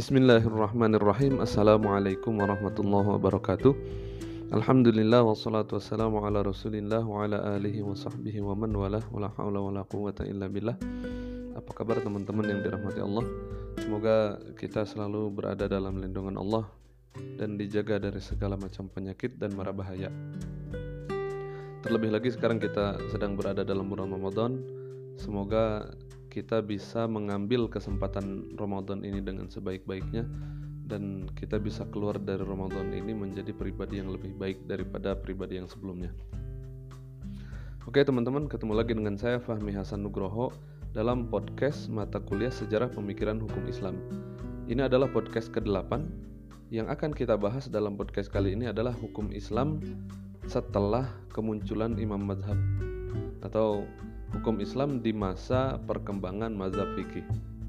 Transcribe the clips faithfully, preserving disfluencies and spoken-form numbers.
Bismillahirrahmanirrahim. Assalamualaikum warahmatullahi wabarakatuh. Alhamdulillah wassalatu wassalamu ala rasulillah wa ala alihi wa sahbihi wa man walah wa la hawla wa la quwwata illa billah. Apa kabar teman-teman yang dirahmati Allah? Semoga kita selalu berada dalam lindungan Allah dan dijaga dari segala macam penyakit dan mara bahaya. Terlebih lagi sekarang kita sedang berada dalam bulan Ramadan. Semoga kita bisa mengambil kesempatan Ramadan ini dengan sebaik-baiknya dan kita bisa keluar dari Ramadan ini menjadi pribadi yang lebih baik daripada pribadi yang sebelumnya. Oke teman-teman, ketemu lagi dengan saya Fahmi Hasan Nugroho dalam podcast Mata Kuliah Sejarah Pemikiran Hukum Islam. Ini adalah podcast kedelapan. Yang akan kita bahas dalam podcast kali ini adalah hukum Islam setelah kemunculan imam mazhab atau hukum Islam di masa perkembangan mazhab fikih.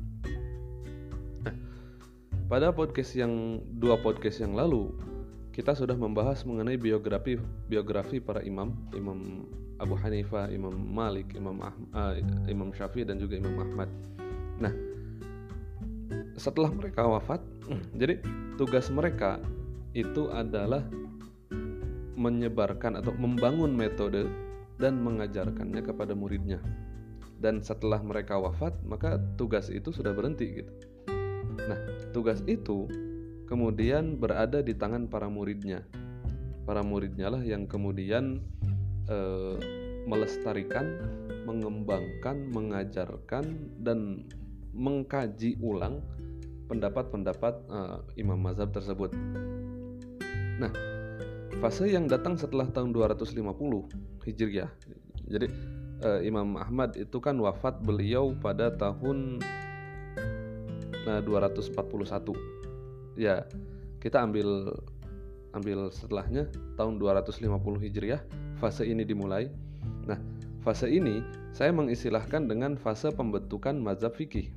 Nah, pada podcast yang dua podcast yang lalu kita sudah membahas mengenai biografi biografi para imam, Imam Abu Hanifah, Imam Malik, Imam Ahmad, uh, Imam Syafi'i dan juga Imam Ahmad. Nah, setelah mereka wafat, jadi tugas mereka itu adalah menyebarkan atau membangun metode dan mengajarkannya kepada muridnya. Dan setelah mereka wafat, maka tugas itu sudah berhenti gitu. Nah, tugas itu kemudian berada di tangan para muridnya. Para muridnya lah yang kemudian e, melestarikan, mengembangkan, mengajarkan dan mengkaji ulang pendapat-pendapat e, imam mazhab tersebut. Nah, fase yang datang setelah tahun dua ratus lima puluh Hijriah. Jadi uh, Imam Ahmad itu kan wafat beliau pada tahun nah, dua ratus empat puluh satu. Ya, kita ambil ambil setelahnya tahun dua ratus lima puluh Hijriah, fase ini dimulai. Nah, fase ini saya mengistilahkan dengan fase pembentukan mazhab fikih.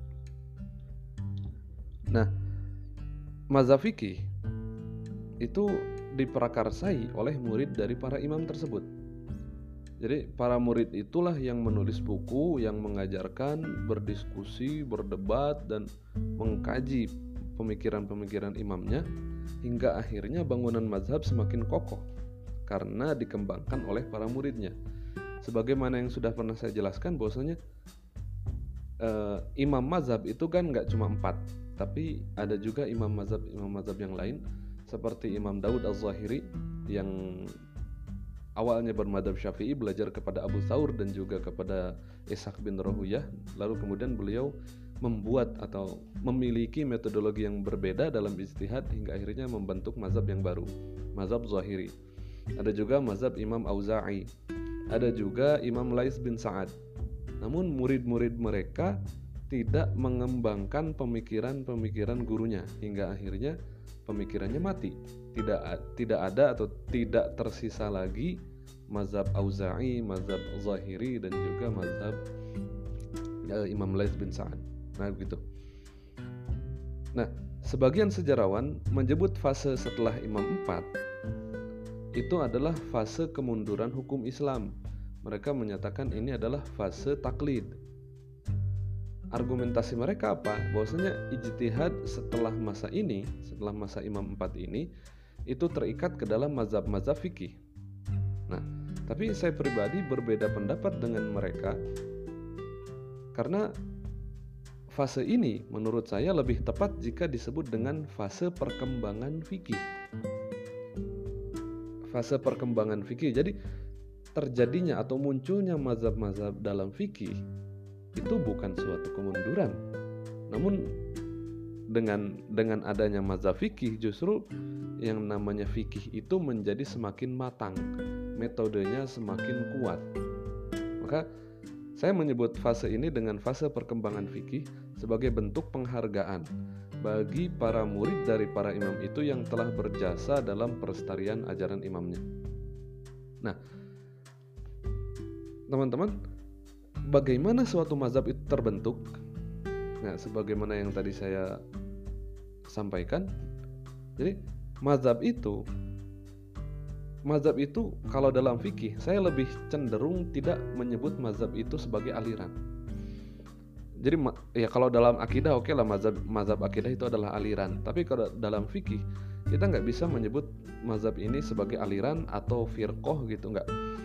Nah, mazhab fikih itu diprakarsai oleh murid dari para imam tersebut. Jadi para murid itulah yang menulis buku, yang mengajarkan, berdiskusi, berdebat dan mengkaji pemikiran-pemikiran imamnya hingga akhirnya bangunan mazhab semakin kokoh karena dikembangkan oleh para muridnya. Sebagaimana yang sudah pernah saya jelaskan bahwasanya eh, imam mazhab itu kan nggak cuma empat, tapi ada juga imam mazhab imam mazhab yang lain seperti Imam Daud Az-Zahiri yang awalnya bermadzhab Syafi'i, belajar kepada Abu Thawr dan juga kepada Ishaq bin Rahuyah, lalu kemudian beliau membuat atau memiliki metodologi yang berbeda dalam ijtihad hingga akhirnya membentuk mazhab yang baru, mazhab Zahiri. Ada juga mazhab Imam Auza'i, ada juga Imam Lais bin Sa'ad. Namun murid-murid mereka tidak mengembangkan pemikiran-pemikiran gurunya hingga akhirnya pemikirannya mati. Tidak tidak ada atau tidak tersisa lagi mazhab Auza'i, mazhab Zahiri dan juga mazhab uh, Imam Lais bin Sa'ad. Nah, begitu. Nah, sebagian sejarawan menyebut fase setelah Imam empat itu adalah fase kemunduran hukum Islam. Mereka menyatakan ini adalah fase taklid. Argumentasi mereka apa? Bahwasanya ijtihad setelah masa ini, setelah masa Imam empat ini, itu terikat ke dalam mazhab-mazhab fikih. Nah, tapi saya pribadi berbeda pendapat dengan mereka karena fase ini menurut saya lebih tepat jika disebut dengan fase perkembangan fikih. Fase perkembangan fikih. Jadi terjadinya atau munculnya mazhab-mazhab dalam fikih itu bukan suatu kemunduran. Namun dengan dengan adanya mazhab fikih justru yang namanya fikih itu menjadi semakin matang, metodenya semakin kuat. Maka saya menyebut fase ini dengan fase perkembangan fikih sebagai bentuk penghargaan bagi para murid dari para imam itu yang telah berjasa dalam pelestarian ajaran imamnya. Nah, teman-teman, bagaimana suatu mazhab itu terbentuk? Nah, sebagaimana yang tadi saya sampaikan, jadi mazhab itu, mazhab itu kalau dalam fikih saya lebih cenderung tidak menyebut mazhab itu sebagai aliran. Jadi ya kalau dalam akidah oke okay lah, mazhab mazhab akidah itu adalah aliran. Tapi kalau dalam fikih kita nggak bisa menyebut mazhab ini sebagai aliran atau firqoh gitu, nggak.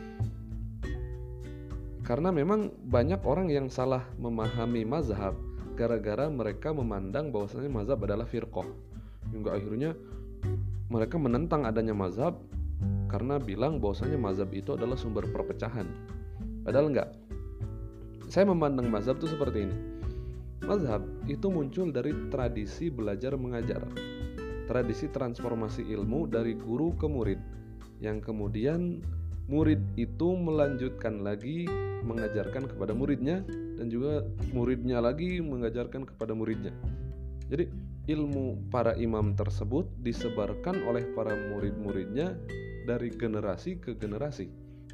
Karena memang banyak orang yang salah memahami mazhab gara-gara mereka memandang bahwasanya mazhab adalah firqoh. Hingga akhirnya mereka menentang adanya mazhab karena bilang bahwasanya mazhab itu adalah sumber perpecahan. Padahal enggak. Saya memandang mazhab itu seperti ini. Mazhab itu muncul dari tradisi belajar mengajar, tradisi transformasi ilmu dari guru ke murid, yang kemudian murid itu melanjutkan lagi mengajarkan kepada muridnya, dan juga muridnya lagi mengajarkan kepada muridnya. Jadi ilmu para imam tersebut disebarkan oleh para murid-muridnya dari generasi ke generasi.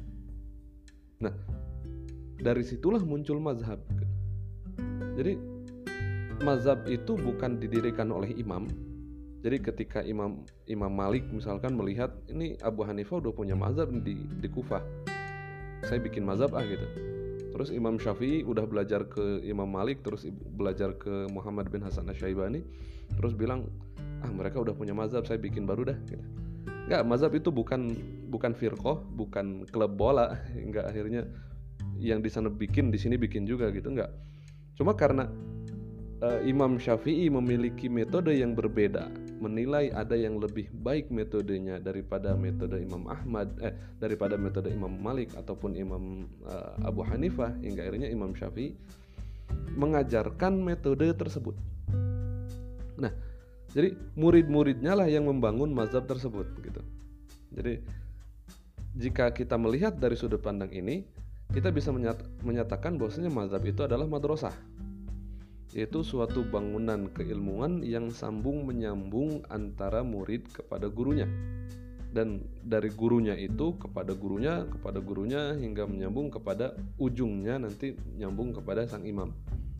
Nah, dari situlah muncul mazhab. Jadi mazhab itu bukan didirikan oleh imam. Jadi ketika Imam Imam Malik misalkan melihat ini Abu Hanifah udah punya mazhab di di Kufah, saya bikin mazhab ah gitu. Terus Imam Syafi'i udah belajar ke Imam Malik, terus belajar ke Muhammad bin Hasan Asy-Syaibani, terus bilang ah mereka udah punya mazhab, saya bikin baru dah gitu. Enggak, mazhab itu bukan bukan firqoh, bukan klub bola. Enggak, akhirnya yang di sana bikin, di sini bikin juga gitu, enggak. Cuma karena uh, Imam Syafi'i memiliki metode yang berbeda, menilai ada yang lebih baik metodenya daripada metode Imam Ahmad, eh daripada metode Imam Malik ataupun Imam uh, Abu Hanifah, hingga akhirnya Imam Syafi'i mengajarkan metode tersebut. Nah, jadi murid-muridnya lah yang membangun mazhab tersebut gitu. Jadi jika kita melihat dari sudut pandang ini, kita bisa menyat- menyatakan bahwasanya mazhab itu adalah madrasah, yaitu suatu bangunan keilmuan yang sambung menyambung antara murid kepada gurunya, dan dari gurunya itu kepada gurunya, kepada gurunya hingga menyambung kepada ujungnya nanti nyambung kepada sang imam.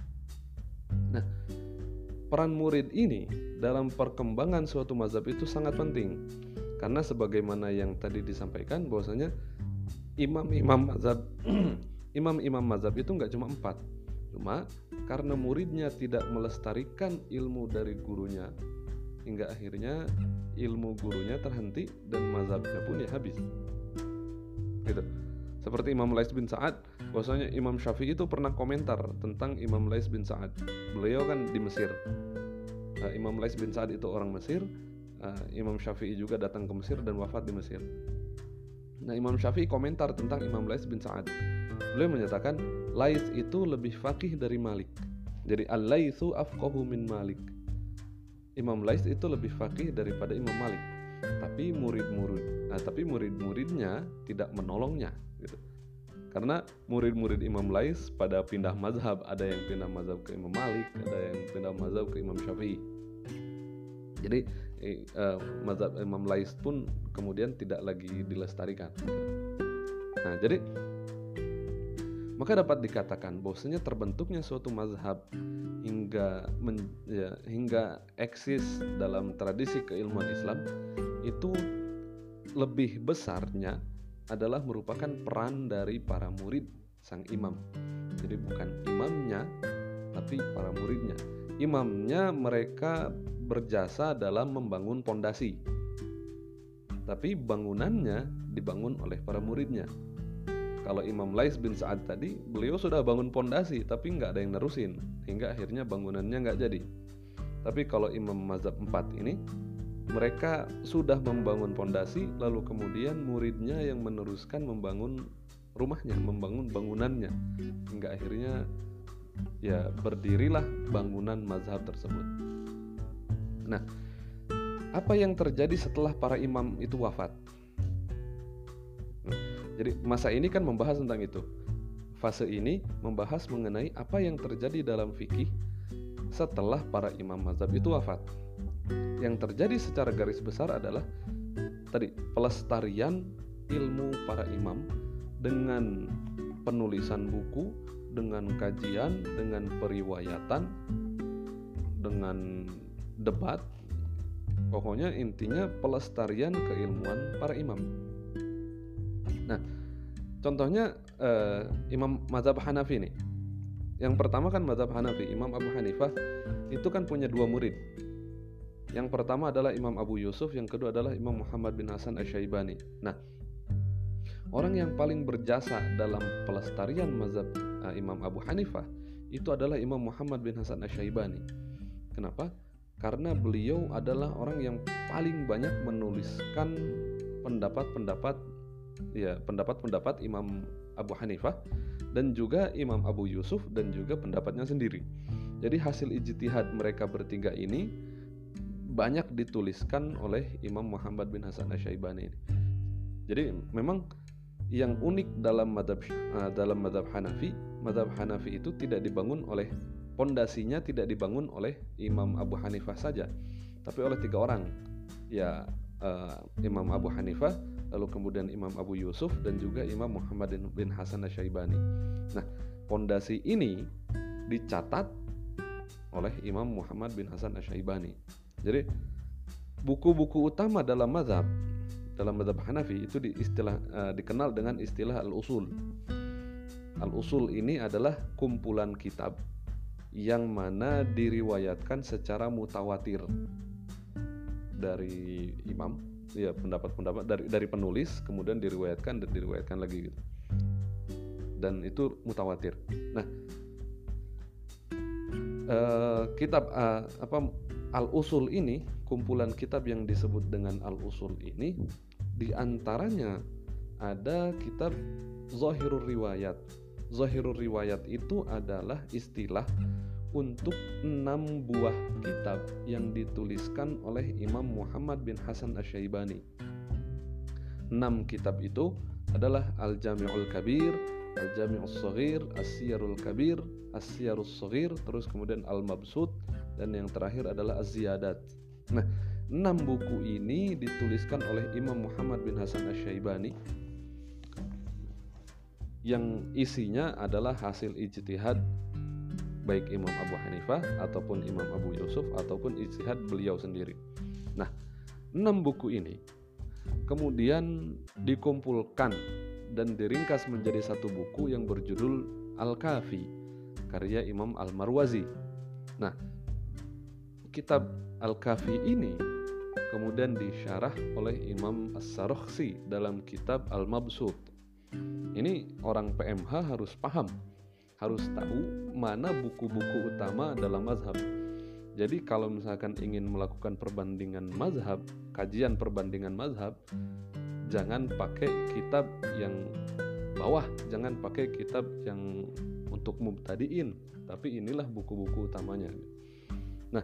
Nah, peran murid ini dalam perkembangan suatu mazhab itu sangat penting, karena sebagaimana yang tadi disampaikan bahwasanya imam-imam mazhab imam-imam mazhab itu nggak cuma empat, cuma karena muridnya tidak melestarikan ilmu dari gurunya, hingga akhirnya ilmu gurunya terhenti dan mazhabnya pun ya habis gitu. Seperti Imam Lais bin Sa'ad, bahwasanya Imam Syafi'i itu pernah komentar tentang Imam Lais bin Sa'ad. Beliau kan di Mesir. uh, Imam Lais bin Sa'ad itu orang Mesir. uh, Imam Syafi'i juga datang ke Mesir dan wafat di Mesir. Nah, Imam Syafi'i komentar tentang Imam Lais bin Sa'ad. Beliau menyatakan Lais itu lebih faqih dari Malik. Jadi Al-Laitsu afqahu min Malik. Imam Lais itu lebih faqih daripada Imam Malik. Tapi murid-murid, nah, tapi murid-muridnya tidak menolongnya gitu. Karena murid-murid Imam Lais pada pindah mazhab, ada yang pindah mazhab ke Imam Malik, ada yang pindah mazhab ke Imam Syafi'i. Jadi eh, uh, mazhab Imam Lais pun kemudian tidak lagi dilestarikan. Nah, jadi maka dapat dikatakan bahwasanya terbentuknya suatu mazhab hingga men, ya, hingga eksis dalam tradisi keilmuan Islam itu lebih besarnya adalah merupakan peran dari para murid sang imam. Jadi bukan imamnya, tapi para muridnya. Imamnya mereka berjasa dalam membangun pondasi, tapi bangunannya dibangun oleh para muridnya. Kalau Imam Lais bin Sa'ad tadi, beliau sudah bangun pondasi tapi nggak ada yang nerusin, hingga akhirnya bangunannya nggak jadi. Tapi kalau Imam Mazhab empat ini, mereka sudah membangun pondasi, lalu kemudian muridnya yang meneruskan membangun rumahnya, membangun bangunannya, hingga akhirnya ya berdirilah bangunan mazhab tersebut. Nah, apa yang terjadi setelah para imam itu wafat? Jadi masa ini kan membahas tentang itu. Fase ini membahas mengenai apa yang terjadi dalam fikih setelah para imam mazhab itu wafat. Yang terjadi secara garis besar adalah tadi pelestarian ilmu para imam dengan penulisan buku, dengan kajian, dengan periwayatan, dengan debat. Pokoknya intinya pelestarian keilmuan para imam. Nah, contohnya eh, Imam Mazhab Hanafi nih. Yang pertama kan mazhab Hanafi, Imam Abu Hanifah itu kan punya dua murid. Yang pertama adalah Imam Abu Yusuf, yang kedua adalah Imam Muhammad bin Hasan Asy-Syaibani. Nah, orang yang paling berjasa dalam pelestarian mazhab uh, Imam Abu Hanifah itu adalah Imam Muhammad bin Hasan Asy-Syaibani. Kenapa? Karena beliau adalah orang yang paling banyak menuliskan pendapat-pendapat ya, pendapat-pendapat Imam Abu Hanifah dan juga Imam Abu Yusuf dan juga pendapatnya sendiri. Jadi hasil ijtihad mereka bertiga ini banyak dituliskan oleh Imam Muhammad bin Hasan Asy-Syaibani. Jadi memang yang unik dalam mazhab uh, dalam mazhab Hanafi, mazhab Hanafi itu tidak dibangun oleh pondasinya tidak dibangun oleh Imam Abu Hanifah saja, tapi oleh tiga orang. Ya, uh, Imam Abu Hanifah, lalu kemudian Imam Abu Yusuf dan juga Imam Muhammad bin Hasan Asy-Syaibani. Nah, pondasi ini dicatat oleh Imam Muhammad bin Hasan Asy-Syaibani. Jadi buku-buku utama dalam mazhab dalam mazhab Hanafi itu di istilah uh, dikenal dengan istilah al-usul. Al-usul ini adalah kumpulan kitab yang mana diriwayatkan secara mutawatir dari imam, ya pendapat-pendapat dari dari penulis kemudian diriwayatkan dan diriwayatkan lagi gitu. Dan itu mutawatir. Nah, uh, kitab uh, apa al-usul ini, kumpulan kitab yang disebut dengan al-usul ini, di antaranya ada kitab Zahirul Riwayat. Zahirul Riwayat itu adalah istilah untuk enam buah kitab yang dituliskan oleh Imam Muhammad bin Hasan Asy-Syaibani. Enam kitab itu adalah Al-Jami'ul Kabir, Al-Jami'us Shaghir, As-Siyarul Kabir, As-Siyarus Shaghir, terus kemudian Al-Mabsut, dan yang terakhir adalah Az-Ziyadat. Nah, enam buku ini dituliskan oleh Imam Muhammad bin Hasan Asy-Syaibani yang isinya adalah hasil ijtihad baik Imam Abu Hanifah ataupun Imam Abu Yusuf ataupun ijtihad beliau sendiri. Nah, enam buku ini kemudian dikumpulkan dan diringkas menjadi satu buku yang berjudul Al-Kafi, karya Imam Al-Marwazi. Nah, kitab Al-Kafi ini kemudian disyarah oleh Imam As-Sarakhsi dalam kitab Al-Mabsut. Ini orang P M H harus paham, harus tahu mana buku-buku utama dalam mazhab. Jadi kalau misalkan ingin melakukan perbandingan mazhab, kajian perbandingan mazhab, jangan pakai kitab yang bawah, jangan pakai kitab yang untuk mubtadiin, tapi inilah buku-buku utamanya. Nah,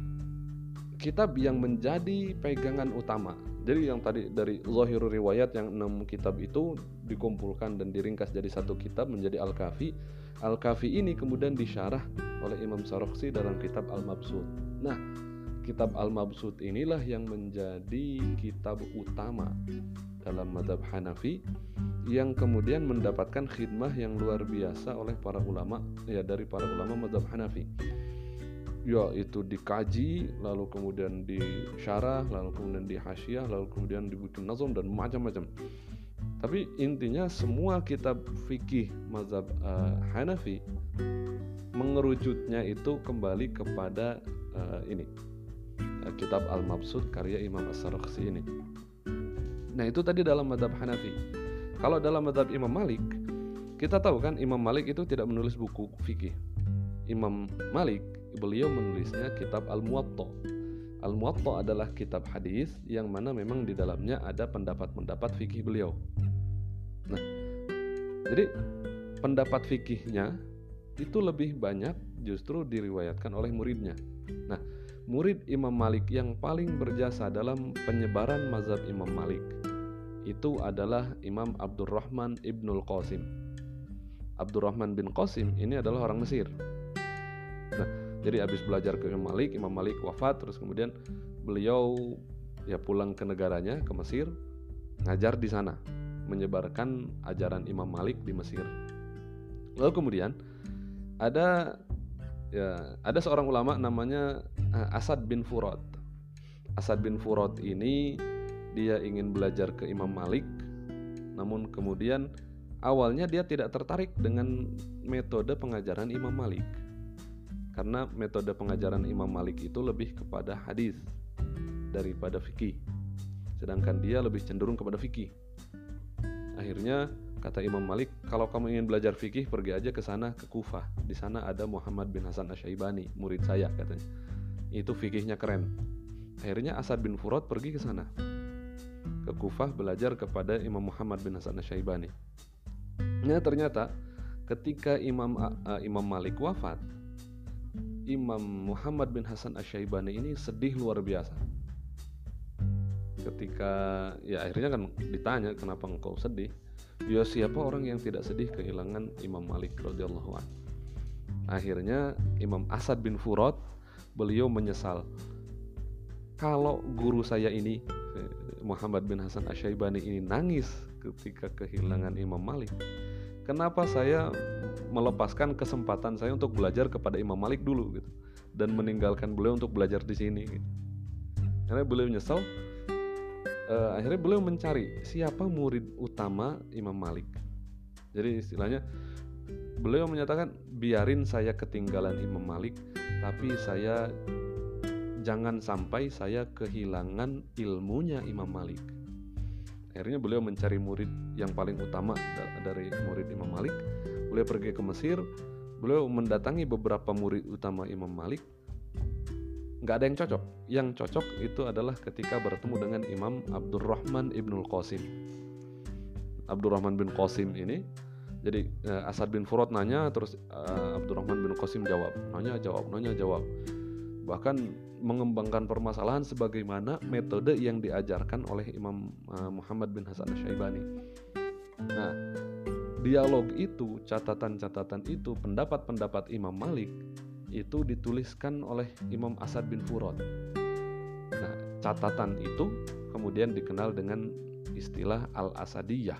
kitab yang menjadi pegangan utama, jadi yang tadi dari Zahirul Riwayat yang enam kitab itu dikumpulkan dan diringkas jadi satu kitab menjadi Al-Kafi. Al-Kafi ini kemudian disyarah oleh Imam Sarakhsi dalam kitab Al-Mabsut. Nah, kitab Al-Mabsut inilah yang menjadi kitab utama dalam mazhab Hanafi yang kemudian mendapatkan khidmah yang luar biasa oleh para ulama, ya dari para ulama mazhab Hanafi. Ya, itu dikaji, lalu kemudian disyarah, lalu kemudian dihasyiah, lalu kemudian dibikin nazam dan macam-macam. Tapi intinya semua kitab fikih mazhab uh, Hanafi mengerucutnya itu kembali kepada uh, ini uh, kitab Al-Mabsut karya Imam As-Sarakhsi ini. Nah, itu tadi dalam mazhab Hanafi. Kalau dalam mazhab Imam Malik, kita tahu kan Imam Malik itu tidak menulis buku fikih. Imam Malik beliau menulisnya kitab Al-Muwatta. Al-Muwatta adalah kitab hadis yang mana memang di dalamnya ada pendapat-pendapat fikih beliau. Nah, jadi pendapat fikihnya itu lebih banyak justru diriwayatkan oleh muridnya. Nah, murid Imam Malik yang paling berjasa dalam penyebaran mazhab Imam Malik itu adalah Imam Abdurrahman Ibnul Qasim. Abdurrahman bin Qasim ini adalah orang Mesir. Nah, jadi habis belajar ke Imam Malik, Imam Malik wafat, terus kemudian beliau ya pulang ke negaranya, ke Mesir, ngajar di sana, menyebarkan ajaran Imam Malik di Mesir. Lalu kemudian ada ya ada seorang ulama namanya Asad bin Furat. Asad bin Furat ini dia ingin belajar ke Imam Malik, namun kemudian awalnya dia tidak tertarik dengan metode pengajaran Imam Malik, karena metode pengajaran Imam Malik itu lebih kepada hadis daripada fikih, sedangkan dia lebih cenderung kepada fikih. Akhirnya kata Imam Malik, kalau kamu ingin belajar fikih, pergi aja ke sana, ke Kufah. Di sana ada Muhammad bin Hasan Asy-Syaibani, murid saya katanya. Itu fikihnya keren. Akhirnya Asad bin Furat pergi ke sana, ke Kufah, belajar kepada Imam Muhammad bin Hasan Asy-Syaibani. Nah, ternyata ketika Imam uh, Imam Malik wafat, Imam Muhammad bin Hasan Asy-Syaibani ini sedih luar biasa. Ketika ya akhirnya kan ditanya, kenapa engkau sedih? Ya, siapa orang yang tidak sedih kehilangan Imam Malik radhiyallahu anhu. Akhirnya Imam Asad bin Furat, beliau menyesal, kalau guru saya ini Muhammad bin Hasan Asy-Syaibani ini nangis ketika kehilangan Imam Malik, kenapa saya melepaskan kesempatan saya untuk belajar kepada Imam Malik dulu gitu, dan meninggalkan beliau untuk belajar di sini gitu. Karena beliau nyesal. Uh, akhirnya beliau mencari siapa murid utama Imam Malik. Jadi istilahnya beliau menyatakan, biarin saya ketinggalan Imam Malik, tapi saya jangan sampai saya kehilangan ilmunya Imam Malik. Akhirnya beliau mencari murid yang paling utama dari murid Imam Malik. Beliau pergi ke Mesir, beliau mendatangi beberapa murid utama Imam Malik. Nggak ada yang cocok. Yang cocok itu adalah ketika bertemu dengan Imam Abdurrahman Ibnul Qasim. Abdurrahman bin Qasim ini, jadi uh, Asad bin Furat nanya, terus uh, Abdurrahman bin Qasim jawab, nanya jawab, nanya jawab. Bahkan mengembangkan permasalahan sebagaimana metode yang diajarkan oleh Imam uh, Muhammad bin Hasan Asy-Syaibani. Nah, dialog itu, catatan-catatan itu, pendapat-pendapat Imam Malik itu dituliskan oleh Imam Asad bin Furat. Nah, catatan itu kemudian dikenal dengan istilah Al-Asadiyah.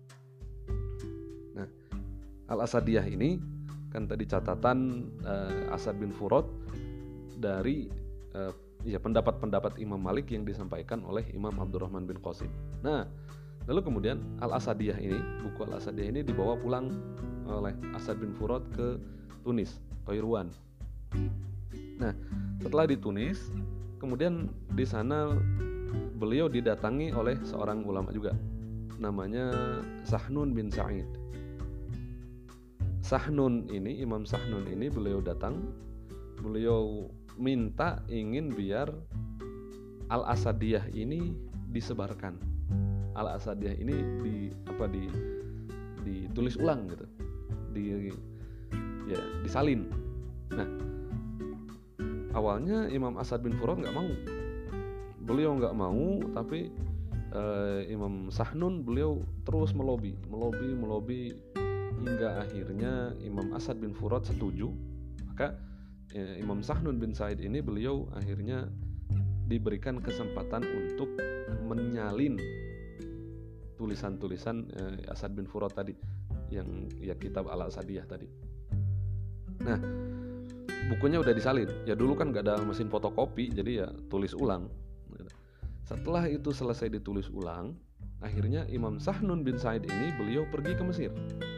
Nah, Al-Asadiyah ini kan tadi catatan uh, Asad bin Furat dari uh, ya pendapat-pendapat Imam Malik yang disampaikan oleh Imam Abdurrahman bin Qasim. Nah, lalu kemudian Al-Asadiyah ini, buku Al-Asadiyah ini dibawa pulang oleh Asad bin Furat ke Tunis, Kairouan. Nah, setelah di Tunis, kemudian di sana beliau didatangi oleh seorang ulama juga, namanya Sahnun bin Sa'id. Sahnun ini, Imam Sahnun ini beliau datang, beliau minta ingin biar Al-Asadiyah ini disebarkan. Al-Asadiyah ini di apa di ditulis ulang gitu. Di ya disalin. Nah, awalnya Imam Asad bin Furat nggak mau, beliau nggak mau, tapi uh, Imam Sahnun beliau terus melobi, melobi, melobi hingga akhirnya Imam Asad bin Furat setuju. Maka uh, Imam Sahnun bin Sa'id ini beliau akhirnya diberikan kesempatan untuk menyalin tulisan-tulisan uh, Asad bin Furat tadi, yang ya kitab Al-Asadiyah tadi. Nah, bukunya udah disalin. Ya dulu kan gak ada mesin fotokopi, jadi ya tulis ulang. Setelah itu selesai ditulis ulang, akhirnya Imam Sahnun bin Sa'id ini beliau pergi ke Mesir.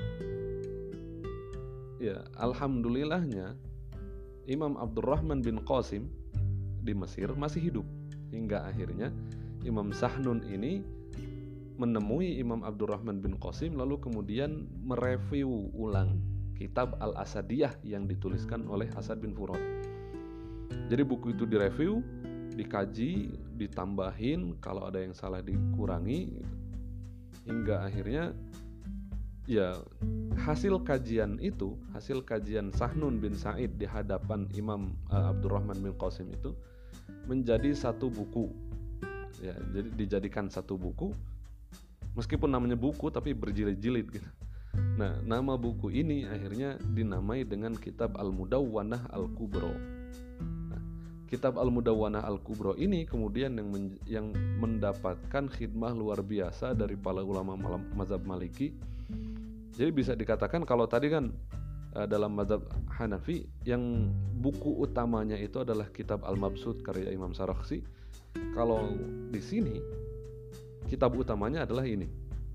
Ya, alhamdulillahnya Imam Abdurrahman bin Qasim di Mesir masih hidup. Hingga akhirnya Imam Sahnun ini menemui Imam Abdurrahman bin Qasim, lalu kemudian mereview ulang kitab Al-Asadiyah yang dituliskan oleh Asad bin Furat. Jadi buku itu direview, dikaji, ditambahin, kalau ada yang salah dikurangi gitu. Hingga akhirnya ya hasil kajian itu, hasil kajian Sahnun bin Sa'id di hadapan Imam uh, Abdurrahman bin Qasim itu menjadi satu buku. Ya, jadi dijadikan satu buku, meskipun namanya buku tapi berjilid-jilid gitu. Nah, nama buku ini akhirnya dinamai dengan Kitab Al-Mudawwanah Al-Kubro. Nah, Kitab Al-Mudawwanah Al-Kubro ini kemudian yang, men- yang mendapatkan khidmah luar biasa dari para ulama mazhab Maliki. Jadi bisa dikatakan kalau tadi kan uh, dalam mazhab Hanafi yang buku utamanya itu adalah Kitab Al-Mabsut karya Imam Sarakhsi. Kalau di sini kitab utamanya adalah ini,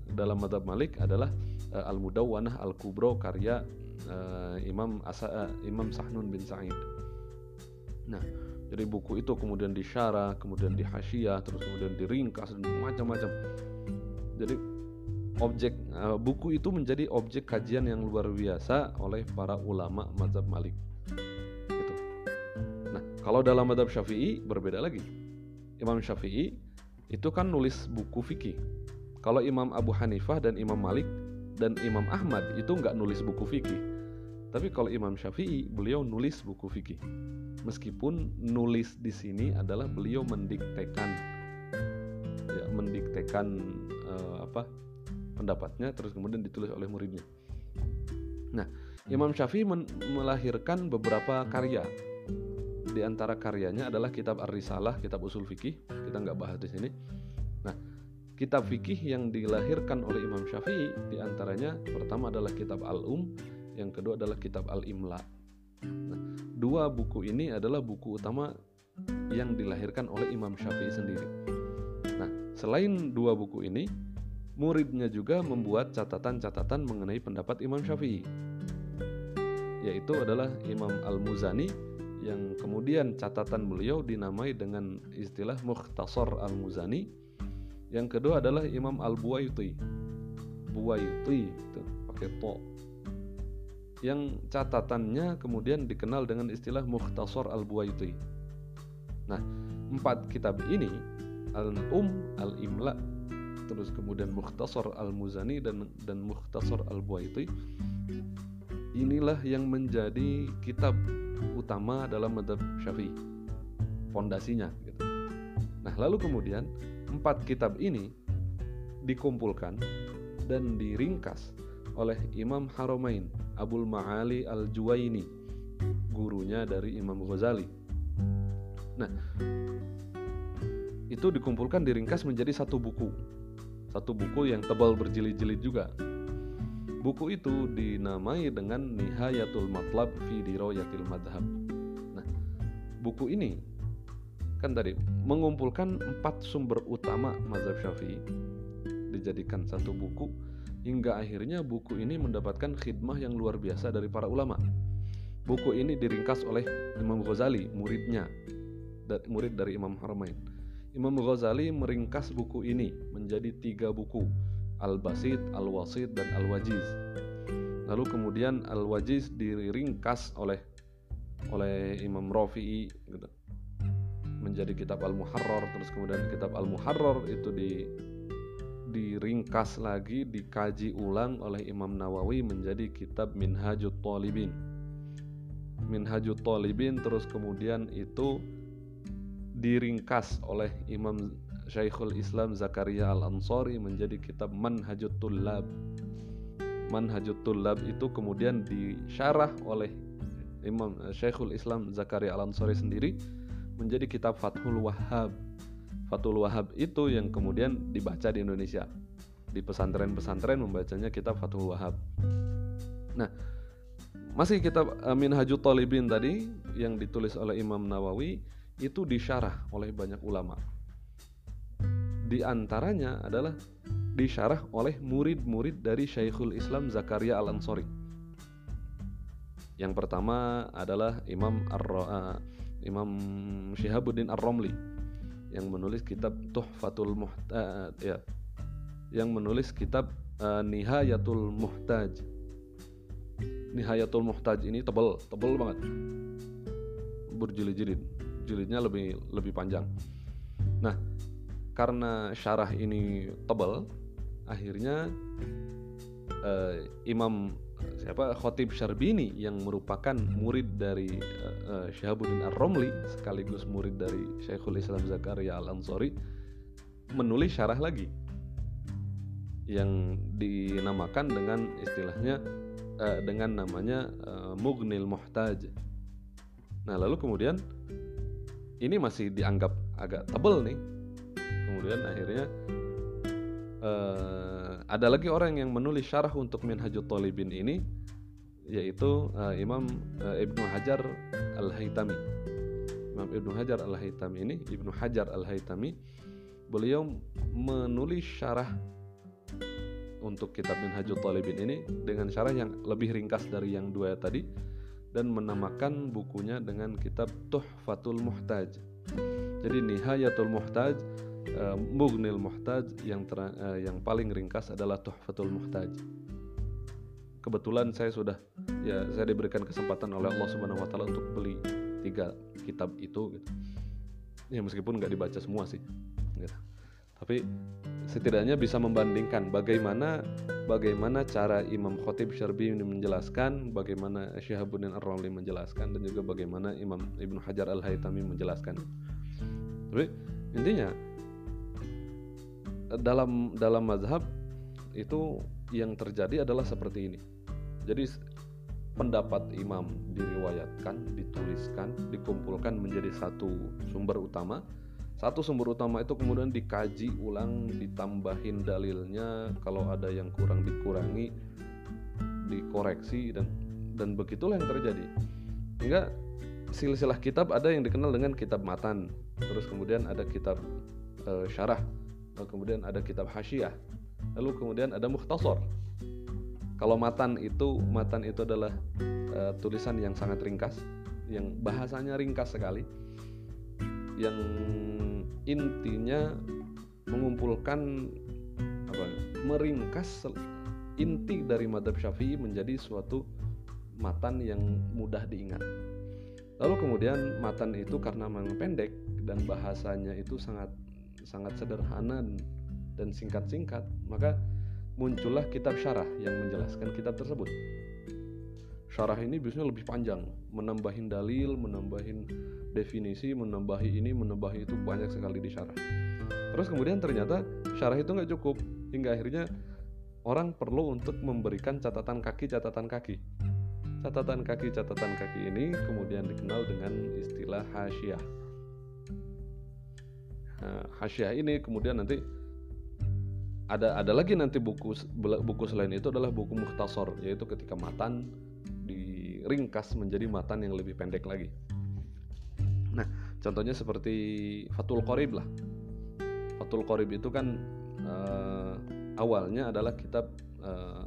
dalam mazhab Malik adalah uh, Al-Mudawwanah Al-Kubra karya uh, Imam Asa, uh, Imam Sahnun bin Sa'id. Nah, jadi buku itu kemudian disyarah, kemudian dihasyiah, terus kemudian diringkas dan macam-macam. Jadi objek uh, buku itu menjadi objek kajian yang luar biasa oleh para ulama mazhab Malik. Gitu. Nah, kalau dalam mazhab Syafi'i berbeda lagi. Imam Syafi'i itu kan nulis buku fikih. Kalau Imam Abu Hanifah dan Imam Malik dan Imam Ahmad itu nggak nulis buku fikih. Tapi kalau Imam Syafi'i, beliau nulis buku fikih. Meskipun nulis di sini adalah beliau mendiktekan, ya, mendiktekan uh, apa pendapatnya, terus kemudian ditulis oleh muridnya. Nah, Imam Syafi'i men- melahirkan beberapa karya. Di antara karyanya adalah kitab Ar-Risalah, kitab usul fikih. Kita nggak bahas di sini. Nah, kitab fikih yang dilahirkan oleh Imam Syafi'i di antaranya pertama adalah kitab Al-Um, yang kedua adalah kitab Al-Imla. Nah, dua buku ini adalah buku utama yang dilahirkan oleh Imam Syafi'i sendiri. Nah, selain dua buku ini, muridnya juga membuat catatan-catatan mengenai pendapat Imam Syafi'i, yaitu adalah Imam Al-Muzani, yang kemudian catatan beliau dinamai dengan istilah Mukhtasar Al-Muzani. Yang kedua adalah Imam Al-Buwaiti, Buwaiti itu pakai to, yang catatannya kemudian dikenal dengan istilah Mukhtasar Al-Buwaiti. Nah, empat kitab ini, Al-Um, Al-Imla, terus kemudian Mukhtasar Al-Muzani dan dan Mukhtasar Al-Buwaiti, inilah yang menjadi kitab utama dalam mazhab Syafi'i, fondasinya gitu. Nah, lalu kemudian empat kitab ini dikumpulkan dan diringkas oleh Imam Haramain Abul Ma'ali Al-Juwaini, gurunya dari Imam Ghazali. Nah, itu dikumpulkan, diringkas menjadi satu buku. Satu buku yang tebal berjilid-jilid juga. Buku itu dinamai dengan Nihayatul Matlab fi Dirayatil Madhab. Nah, buku ini kan tadi mengumpulkan empat sumber utama mazhab Syafi'i, dijadikan satu buku, hingga akhirnya buku ini mendapatkan khidmah yang luar biasa dari para ulama. Buku ini diringkas oleh Imam Ghazali, muridnya, murid dari Imam Haramain. Imam Ghazali meringkas buku ini menjadi tiga buku, Al-Basit, Al-Wasit, dan Al-Wajiz. Lalu kemudian Al-Wajiz diringkas oleh oleh Imam Rafi'i gitu, menjadi kitab Al-Muharrar. Terus kemudian kitab Al-Muharrar itu di diringkas lagi, dikaji ulang oleh Imam Nawawi menjadi kitab Minhajut Thalibin. Minhajut Thalibin terus kemudian itu diringkas oleh Imam Syekhul Islam Zakaria Al-Ansari menjadi kitab Manhajut Tullab. Manhajut Tullab itu kemudian disyarah oleh Imam Syekhul Islam Zakaria Al-Ansari sendiri menjadi kitab Fathul Wahhab. Fathul Wahhab itu yang kemudian dibaca di Indonesia. Di pesantren-pesantren membacanya kitab Fathul Wahhab. Nah, masih kitab Minhajut Thalibin tadi yang ditulis oleh Imam Nawawi itu disyarah oleh banyak ulama. Di antaranya adalah disyarah oleh murid-murid dari Syekhul Islam Zakaria Al-Ansari. Yang pertama adalah Imam Ar- Imam Syihabuddin Ar-Romli yang menulis kitab Tuhfatul Muhtaj, ya, yang menulis kitab uh, Nihayatul Muhtaj. Nihayatul Muhtaj ini tebal, tebal banget, berjilid-jilid, jilidnya lebih lebih panjang. Nah, karena syarah ini tebal, akhirnya uh, Imam siapa Khatib Syarbini yang merupakan murid dari uh, uh, Syihabuddin Ar-Romli sekaligus murid dari Syekhul Islam Zakaria Al-Ansari menulis syarah lagi yang dinamakan dengan istilahnya uh, dengan namanya uh, Mughnil Muhtaj. Nah, lalu kemudian ini masih dianggap agak tebal nih. Kemudian akhirnya uh, ada lagi orang yang menulis syarah untuk Minhajut Thalibin ini, yaitu uh, Imam uh, Ibnu Hajar Al-Haytami. Imam Ibnu Hajar Al-Haytami ini, Ibnu Hajar Al-Haytami, beliau menulis syarah untuk kitab Minhajul Thalibin ini dengan syarah yang lebih ringkas dari yang dua tadi, dan menamakan bukunya dengan kitab Tuhfatul Muhtaj. Jadi Nihayatul Muhtaj, uh, Mughnil Muhtaj, yang ter- uh, yang paling ringkas adalah Tuhfatul Muhtaj. Kebetulan saya sudah ya saya diberikan kesempatan oleh Allah Subhanahu wa taala untuk beli tiga kitab itu gitu. Ya meskipun nggak dibaca semua sih gitu. Tapi setidaknya bisa membandingkan bagaimana bagaimana cara Imam Khatib Syarbi menjelaskan, bagaimana Syihabuddin Ar-Ramli menjelaskan, dan juga bagaimana Imam Ibnu Hajar Al-Haytami menjelaskan. Tapi intinya dalam dalam mazhab itu yang terjadi adalah seperti ini. Jadi pendapat imam diriwayatkan, dituliskan, dikumpulkan menjadi satu sumber utama. Satu sumber utama itu kemudian dikaji ulang, ditambahin dalilnya, kalau ada yang kurang dikurangi, dikoreksi, dan dan begitulah yang terjadi. Hingga silsilah kitab ada yang dikenal dengan kitab matan, terus kemudian ada kitab e, syarah, lalu kemudian ada kitab hasyiah, lalu kemudian ada mukhtasar. Kalau matan itu matan itu adalah e, tulisan yang sangat ringkas, yang bahasanya ringkas sekali, yang intinya mengumpulkan apa, meringkas inti dari mazhab Syafi'i menjadi suatu matan yang mudah diingat. Lalu kemudian matan itu karena memang pendek dan bahasanya itu sangat sangat sederhana dan singkat-singkat, maka muncullah kitab syarah yang menjelaskan kitab tersebut. Syarah ini biasanya lebih panjang, menambahin dalil, menambahin definisi, menambahi ini, menambahi itu, banyak sekali di syarah. Terus kemudian ternyata syarah itu nggak cukup, hingga akhirnya orang perlu untuk memberikan catatan kaki-catatan kaki. Catatan kaki-catatan kaki ini kemudian dikenal dengan istilah hasyiah. Nah, hasyiah ini kemudian nanti ada ada lagi nanti buku buku selain itu adalah buku mukhtasar, yaitu ketika matan diringkas menjadi matan yang lebih pendek lagi. Nah, contohnya seperti Fathul Qorib lah. Fathul Qorib itu kan uh, awalnya adalah kitab uh,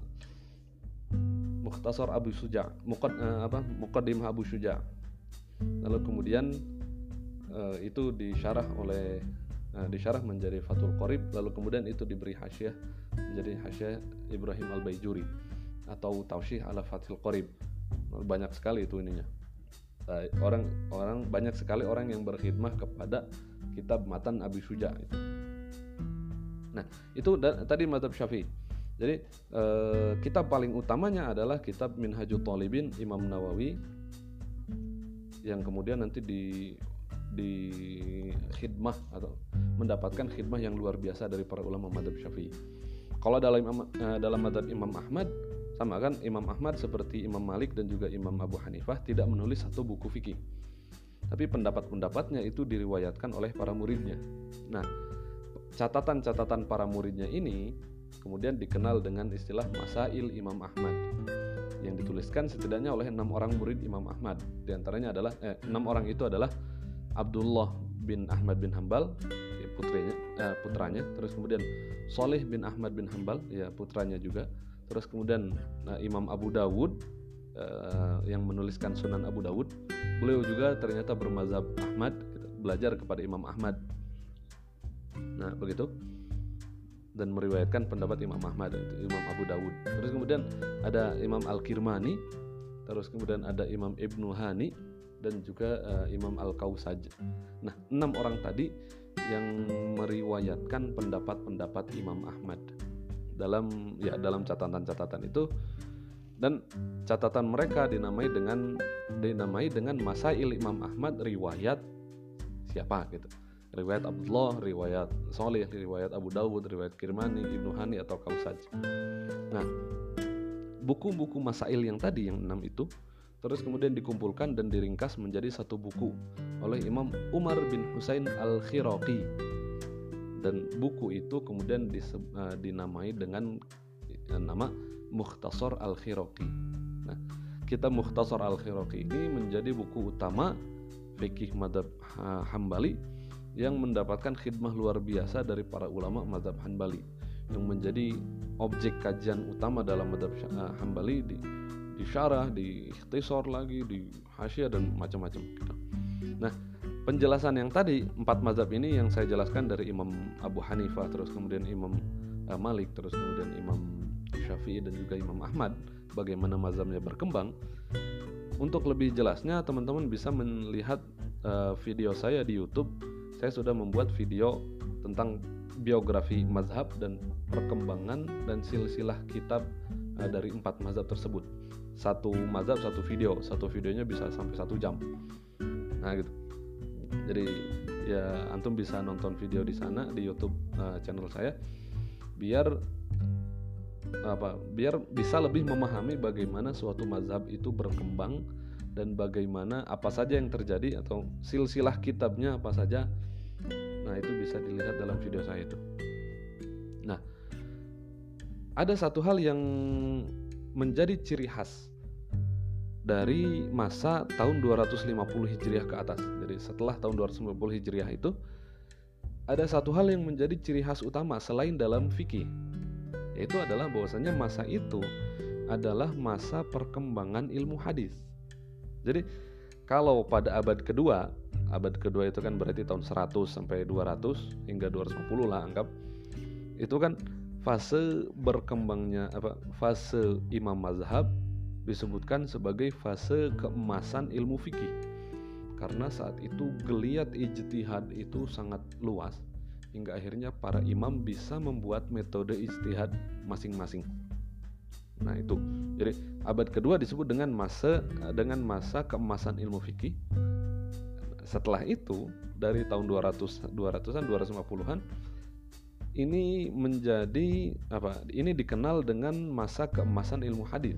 Mukhtasar Abu Syuja', Muqad, uh, apa Muqaddimah Abu Syuja'. Lalu kemudian uh, itu disyarah oleh uh, disyarah menjadi Fathul Qorib, lalu kemudian itu diberi hasyiah menjadi hasyiah Ibrahim Al-Baijuri atau Tausyih ala Fathul Qorib. Banyak sekali itu ininya. Uh, orang orang banyak sekali orang yang berkhidmah kepada kitab matan Abu Syuja' itu. Nah, itu da- tadi mazhab Syafi'i. Jadi eh, kitab paling utamanya adalah kitab Minhajul Thalibin Imam Nawawi, yang kemudian nanti di di khidmah atau mendapatkan khidmah yang luar biasa dari para ulama mazhab Syafi'i. Kalau dalam eh, dalam mazhab Imam Ahmad, sama kan, Imam Ahmad seperti Imam Malik dan juga Imam Abu Hanifah tidak menulis satu buku fikih, tapi pendapat-pendapatnya itu diriwayatkan oleh para muridnya. Nah, catatan-catatan para muridnya ini kemudian dikenal dengan istilah Masail Imam Ahmad, yang dituliskan setidaknya oleh enam orang murid Imam Ahmad. Di antaranya adalah eh, enam orang itu adalah Abdullah bin Ahmad bin Hambal, ya, putrinya, eh, putranya. Terus kemudian Shalih bin Ahmad bin Hambal, ya, putranya juga. Terus kemudian nah, Imam Abu Dawud eh, yang menuliskan Sunan Abu Dawud. Beliau juga ternyata bermazhab Ahmad, gitu, belajar kepada Imam Ahmad. Nah, begitu. Dan meriwayatkan pendapat Imam Ahmad, itu Imam Abu Dawud. Terus kemudian ada Imam Al-Kirmani, terus kemudian ada Imam Ibnu Hani, dan juga uh, Imam Al-Kausaj. Nah, enam orang tadi yang meriwayatkan pendapat-pendapat Imam Ahmad dalam ya dalam catatan-catatan itu, dan catatan mereka dinamai dengan dinamai dengan Masail Imam Ahmad riwayat siapa gitu. Riwayat Abdullah, riwayat Shalih, riwayat Abu Dawud, riwayat Kirmani, Ibnu Hani atau Kausaj. Nah, buku-buku masail yang tadi yang enam itu terus kemudian dikumpulkan dan diringkas menjadi satu buku oleh Imam Umar bin Husain Al-Khiraqi. Dan buku itu kemudian dis, uh, dinamai dengan uh, nama Mukhtasar Al-Khiraqi. Nah, kitab Mukhtasar Al-Khiraqi ini menjadi buku utama fikih mazhab uh, Hambali yang mendapatkan khidmah luar biasa dari para ulama mazhab Hanbali. yang menjadi objek kajian utama dalam mazhab uh, Hambali, di, di syarah, di ikhtisar lagi, di hasyiah dan macam-macam. Nah, penjelasan yang tadi empat mazhab ini yang saya jelaskan dari Imam Abu Hanifah, terus kemudian Imam uh, Malik, terus kemudian Imam Syafi'i dan juga Imam Ahmad, bagaimana mazhabnya berkembang. Untuk lebih jelasnya teman-teman bisa melihat uh, video saya di YouTube. Saya sudah membuat video tentang biografi mazhab dan perkembangan dan silsilah kitab uh, dari empat mazhab tersebut. Satu mazhab satu video, satu videonya bisa sampai satu jam. Nah gitu. Jadi ya antum bisa nonton video di sana di YouTube uh, channel saya, biar apa? Biar bisa lebih memahami bagaimana suatu mazhab itu berkembang dan bagaimana apa saja yang terjadi atau silsilah kitabnya apa saja. Nah itu bisa dilihat dalam video saya itu. Nah, ada satu hal yang menjadi ciri khas dari masa tahun dua ratus lima puluh Hijriah ke atas. Jadi setelah tahun dua ratus lima puluh Hijriah itu ada satu hal yang menjadi ciri khas utama selain dalam fikih, yaitu adalah bahwasanya masa itu adalah masa perkembangan ilmu hadis. Jadi kalau pada abad kedua, abad kedua itu kan berarti tahun seratus sampai dua ratus hingga dua ratus lima puluh lah anggap. Itu kan fase berkembangnya apa? Fase imam mazhab disebutkan sebagai fase keemasan ilmu fikih. Karena saat itu geliat ijtihad itu sangat luas hingga akhirnya para imam bisa membuat metode ijtihad masing-masing. Nah itu, jadi abad kedua disebut dengan masa dengan masa keemasan ilmu fikih. Setelah itu dari tahun dua ratus dua ratusan dua ratus lima puluhan ini menjadi apa? Ini dikenal dengan masa keemasan ilmu hadis.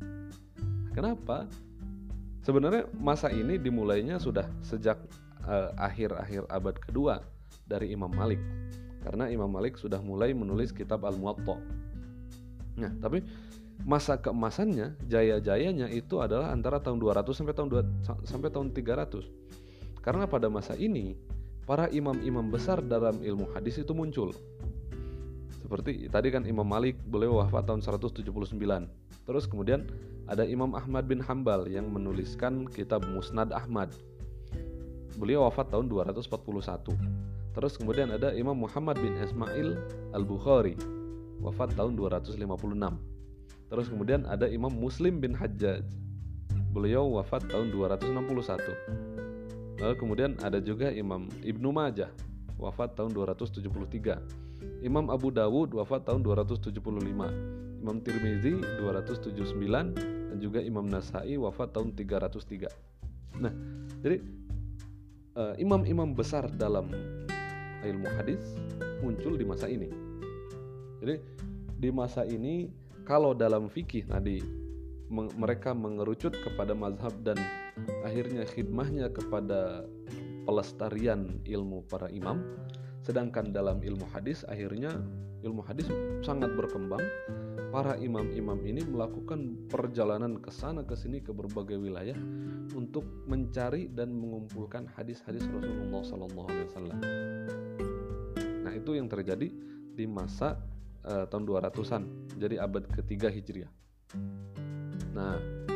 Kenapa? Sebenarnya masa ini dimulainya sudah sejak uh, akhir-akhir abad kedua dari Imam Malik. Karena Imam Malik sudah mulai menulis kitab Al-Muwatta. Nah, tapi masa keemasannya, jaya-jayanya itu adalah antara tahun dua ratus sampai tahun dua, sampai tahun tiga ratus. Karena pada masa ini para imam-imam besar dalam ilmu hadis itu muncul. Seperti tadi kan Imam Malik, beliau wafat tahun seratus tujuh puluh sembilan. Terus kemudian ada Imam Ahmad bin Hambal yang menuliskan kitab Musnad Ahmad. Beliau wafat tahun dua ratus empat puluh satu. Terus kemudian ada Imam Muhammad bin Ismail Al-Bukhari, wafat tahun dua ratus lima puluh enam. Terus kemudian ada Imam Muslim bin Hajjaj, beliau wafat tahun dua ratus enam puluh satu. Lalu kemudian ada juga Imam Ibnu Majah, wafat tahun dua ratus tujuh puluh tiga. Imam Abu Dawud wafat tahun dua ratus tujuh puluh lima. Imam Tirmizi dua ratus tujuh puluh sembilan dan juga Imam Nasai wafat tahun tiga ratus tiga. Nah, jadi uh, imam-imam besar dalam ilmu hadis muncul di masa ini. Jadi di masa ini kalau dalam fikih tadi m- mereka mengerucut kepada mazhab dan akhirnya khidmahnya kepada pelestarian ilmu para imam, sedangkan dalam ilmu hadis akhirnya ilmu hadis sangat berkembang. Para imam-imam ini melakukan perjalanan ke sana ke sini ke berbagai wilayah untuk mencari dan mengumpulkan hadis-hadis Rasulullah sallallahu alaihi wasallam. Nah, itu yang terjadi di masa uh, tahun dua ratusan, jadi abad ketiga Hijriah. Nah,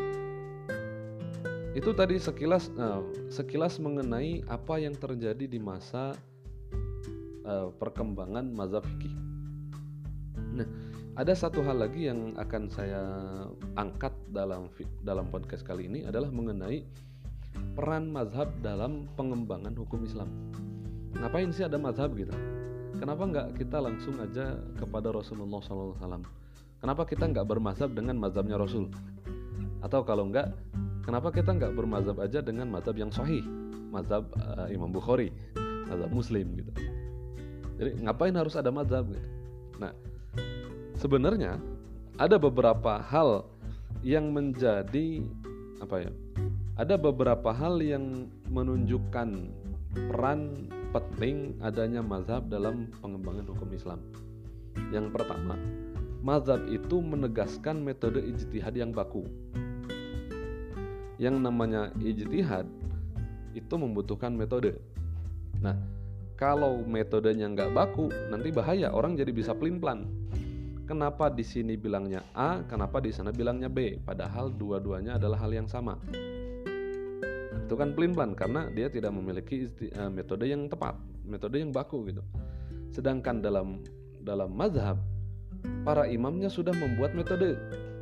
itu tadi sekilas uh, sekilas mengenai apa yang terjadi di masa uh, perkembangan mazhab fikih. Nah, ada satu hal lagi yang akan saya angkat dalam dalam podcast kali ini adalah mengenai peran mazhab dalam pengembangan hukum Islam. Ngapain sih ada mazhab gitu? Kenapa nggak kita langsung aja kepada Rasulullah shallallahu alaihi wasallam? Kenapa kita nggak bermazhab dengan mazhabnya Rasul? Atau kalau nggak, kenapa kita nggak bermazhab aja dengan mazhab yang sahih, mazhab uh, Imam Bukhari, mazhab Muslim gitu? Jadi ngapain harus ada mazhab gitu? Nah, sebenarnya ada beberapa hal yang menjadi apa ya? Ada beberapa hal yang menunjukkan peran penting adanya mazhab dalam pengembangan hukum Islam. Yang pertama, mazhab itu menegaskan metode ijtihad yang baku. Yang namanya ijtihad itu membutuhkan metode. Nah, kalau metodenya nggak baku, nanti bahaya, orang jadi bisa pelin-pelan. kenapa di sini bilangnya A, kenapa di sana bilangnya B, padahal dua-duanya adalah hal yang sama. Itu kan pelin-pelan karena dia tidak memiliki isti, uh, metode yang tepat, metode yang baku gitu. Sedangkan dalam dalam mazhab para imamnya sudah membuat metode.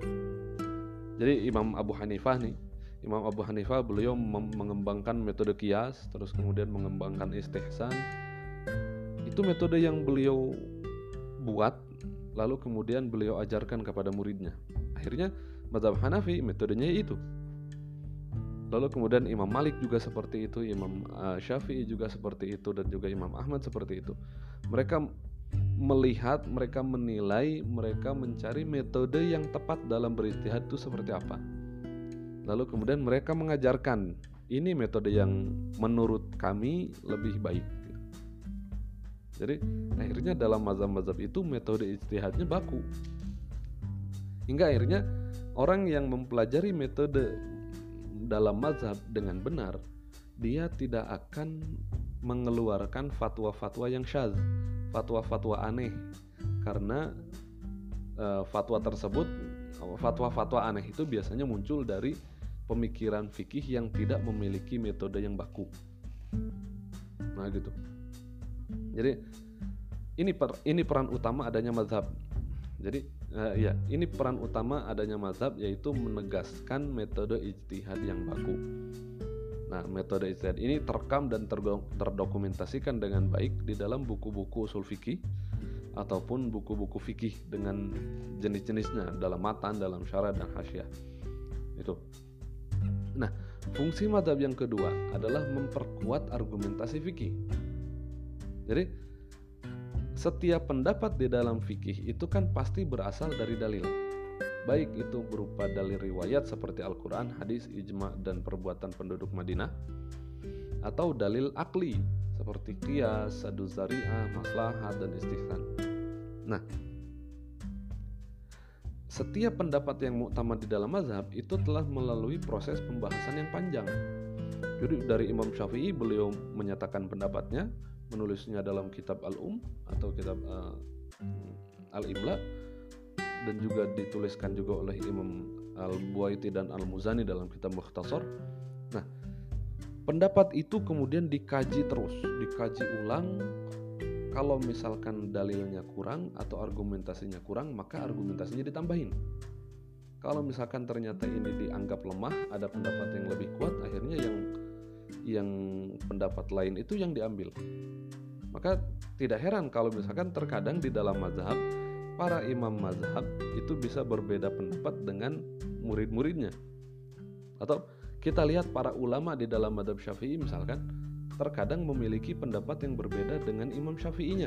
Jadi Imam Abu Hanifah nih, Imam Abu Hanifah beliau mem- mengembangkan metode qiyas, terus kemudian mengembangkan istihsan. Itu metode yang beliau buat, lalu kemudian beliau ajarkan kepada muridnya. Akhirnya mazhab Hanafi metodenya itu. Lalu kemudian Imam Malik juga seperti itu, Imam uh, Syafi'i juga seperti itu, dan juga Imam Ahmad seperti itu. Mereka melihat, mereka menilai, mereka mencari metode yang tepat dalam berijtihad itu seperti apa. Lalu kemudian mereka mengajarkan, ini metode yang menurut kami lebih baik. Jadi akhirnya dalam mazhab-mazhab itu metode ijtihadnya baku. Hingga akhirnya orang yang mempelajari metode dalam mazhab dengan benar, dia tidak akan mengeluarkan fatwa-fatwa yang syadz, fatwa-fatwa aneh, karena e, fatwa tersebut, fatwa-fatwa aneh itu biasanya muncul dari pemikiran fikih yang tidak memiliki metode yang baku. Nah gitu. Jadi ini per, ini peran utama adanya mazhab. Jadi uh, ya ini peran utama adanya mazhab, yaitu menegaskan metode ijtihad yang baku. Nah, metode ijtihad ini terekam dan terdokumentasikan dengan baik di dalam buku-buku usul fikih ataupun buku-buku fikih dengan jenis-jenisnya, dalam matan, dalam syarah dan hasyiah. Itu. Nah, fungsi mazhab yang kedua adalah memperkuat argumentasi fikih. Jadi setiap pendapat di dalam fikih itu kan pasti berasal dari dalil, baik itu berupa dalil riwayat seperti Al-Quran, hadis, ijma, dan perbuatan penduduk Madinah, atau dalil akli seperti qiyas, sadu zari'ah, maslahat, dan istihsan. Nah, setiap pendapat yang mu'tamad di dalam mazhab itu telah melalui proses pembahasan yang panjang. Jadi dari Imam Syafi'i, beliau menyatakan pendapatnya, menulisnya dalam kitab Al-Um atau kitab uh, Al-Imla, dan juga dituliskan juga oleh Imam Al-Buaiti dan Al-Muzani dalam kitab Mukhtasar. Nah, pendapat itu kemudian dikaji terus, dikaji ulang. Kalau misalkan dalilnya kurang atau argumentasinya kurang, maka argumentasinya ditambahin. Kalau misalkan ternyata ini dianggap lemah, ada pendapat yang lebih kuat, akhirnya yang yang pendapat lain itu yang diambil. Maka tidak heran kalau misalkan terkadang di dalam mazhab, para imam mazhab itu bisa berbeda pendapat dengan murid-muridnya. Atau kita lihat para ulama di dalam mazhab Syafi'i misalkan, terkadang memiliki pendapat yang berbeda dengan Imam Syafi'inya.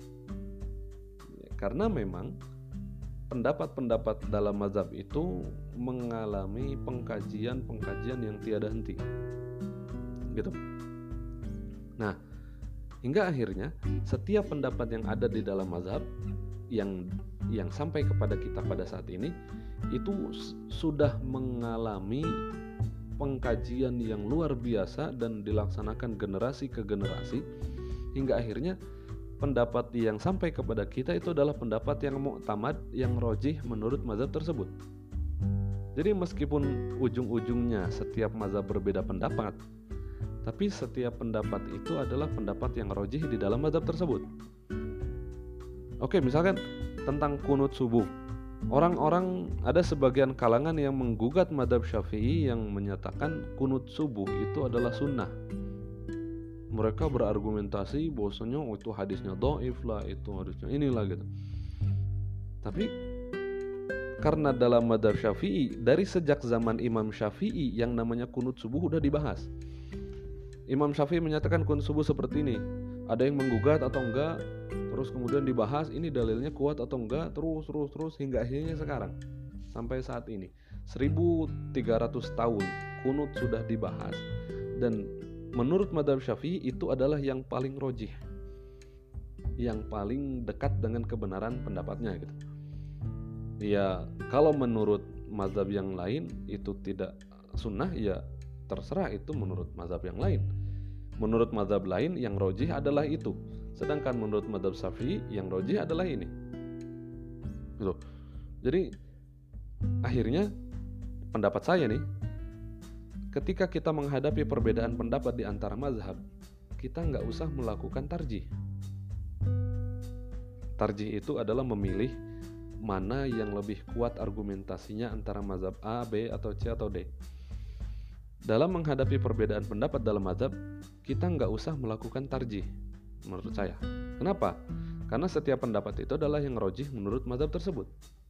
Karena memang pendapat-pendapat dalam mazhab itu mengalami pengkajian-pengkajian yang tiada henti. Gitu. Nah, hingga akhirnya setiap pendapat yang ada di dalam mazhab yang yang sampai kepada kita pada saat ini itu sudah mengalami pengkajian yang luar biasa dan dilaksanakan generasi ke generasi, hingga akhirnya pendapat yang sampai kepada kita itu adalah pendapat yang mu'tamad, yang rojih menurut mazhab tersebut. Jadi meskipun ujung-ujungnya setiap mazhab berbeda pendapat, tapi setiap pendapat itu adalah pendapat yang rojih di dalam mazhab tersebut. Oke, misalkan tentang kunut subuh. Orang-orang, ada sebagian kalangan yang menggugat mazhab Syafi'i yang menyatakan kunut subuh itu adalah sunnah. Mereka berargumentasi bahwasanya oh, itu hadisnya dhaif lah, itu hadisnya inilah gitu. Tapi karena dalam mazhab Syafi'i, dari sejak zaman Imam Syafi'i yang namanya kunut subuh udah dibahas. Imam Syafi'i menyatakan kunut subuh seperti ini. Ada yang menggugat atau enggak, terus kemudian dibahas ini dalilnya kuat atau enggak, terus terus terus hingga akhirnya sekarang sampai saat ini seribu tiga ratus tahun kunut sudah dibahas, dan menurut mazhab Syafi'i itu adalah yang paling rojih, yang paling dekat dengan kebenaran pendapatnya gitu. Ya, kalau menurut mazhab yang lain itu tidak sunnah, ya terserah, itu menurut mazhab yang lain. Menurut mazhab lain yang rojih adalah itu, sedangkan menurut mazhab Syafi'i yang rojih adalah ini. gitu. Jadi akhirnya pendapat saya nih, ketika kita menghadapi perbedaan pendapat di antara mazhab, kita nggak usah melakukan tarjih. Tarjih itu adalah memilih mana yang lebih kuat argumentasinya antara mazhab A, B, atau C, atau D. Dalam menghadapi perbedaan pendapat dalam mazhab, kita nggak usah melakukan tarjih, menurut saya. Kenapa? Karena setiap pendapat itu adalah yang rojih menurut mazhab tersebut.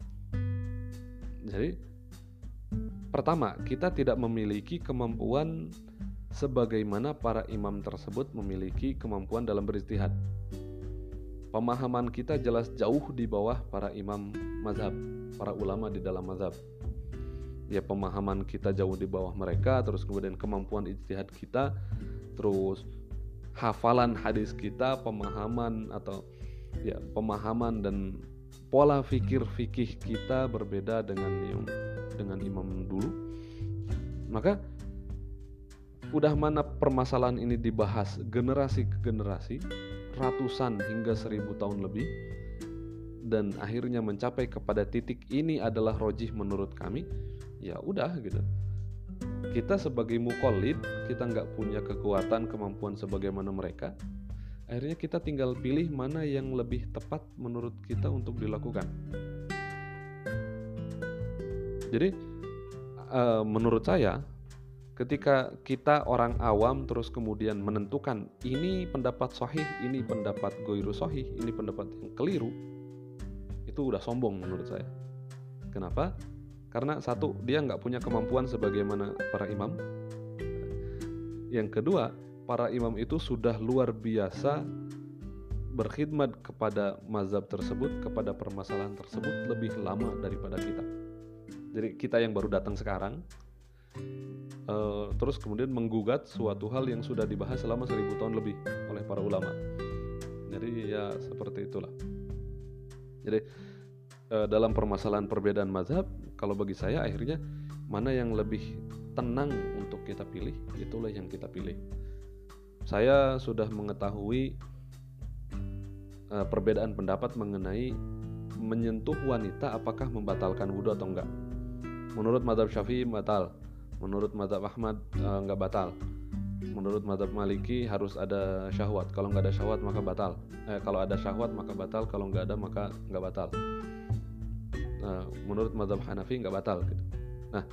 Jadi, pertama, kita tidak memiliki kemampuan sebagaimana para imam tersebut memiliki kemampuan dalam berijtihad. Pemahaman kita jelas jauh di bawah para imam mazhab, para ulama di dalam mazhab. Ya, pemahaman kita jauh di bawah mereka, terus kemudian kemampuan ijtihad kita, terus hafalan hadis kita, pemahaman atau ya pemahaman dan pola fikir-fikih kita berbeda dengan yang dengan imam dulu. Maka udah mana permasalahan ini dibahas generasi ke generasi, ratusan hingga seribu tahun lebih, dan akhirnya mencapai kepada titik ini adalah rojih menurut kami, ya udah gitu. Kita sebagai muqallid, kita nggak punya kekuatan kemampuan sebagaimana mereka. Akhirnya kita tinggal pilih mana yang lebih tepat menurut kita untuk dilakukan. Jadi uh, menurut saya, ketika kita orang awam terus kemudian menentukan ini pendapat sahih, ini pendapat ghairu sahih, ini pendapat yang keliru, itu udah sombong menurut saya. Kenapa? Karena satu, dia nggak punya kemampuan sebagaimana para imam. Yang kedua, para imam itu sudah luar biasa berkhidmat kepada mazhab tersebut, kepada permasalahan tersebut lebih lama daripada kita. Jadi kita yang baru datang sekarang, uh, terus kemudian menggugat suatu hal yang sudah dibahas selama seribu tahun lebih oleh para ulama. Jadi ya seperti itulah. Jadi uh, dalam permasalahan perbedaan mazhab, kalau bagi saya akhirnya mana yang lebih tenang untuk kita pilih, itulah yang kita pilih. Saya sudah mengetahui uh, perbedaan pendapat mengenai menyentuh wanita apakah membatalkan wudhu atau enggak. Menurut mazhab Syafi'i batal, menurut mazhab Ahmad uh, enggak batal, menurut mazhab Maliki harus ada syahwat, kalau enggak ada syahwat maka batal. Eh, kalau ada syahwat maka batal, kalau enggak ada maka enggak batal. Nah, menurut mazhab Hanafi enggak batal gitu. Nah,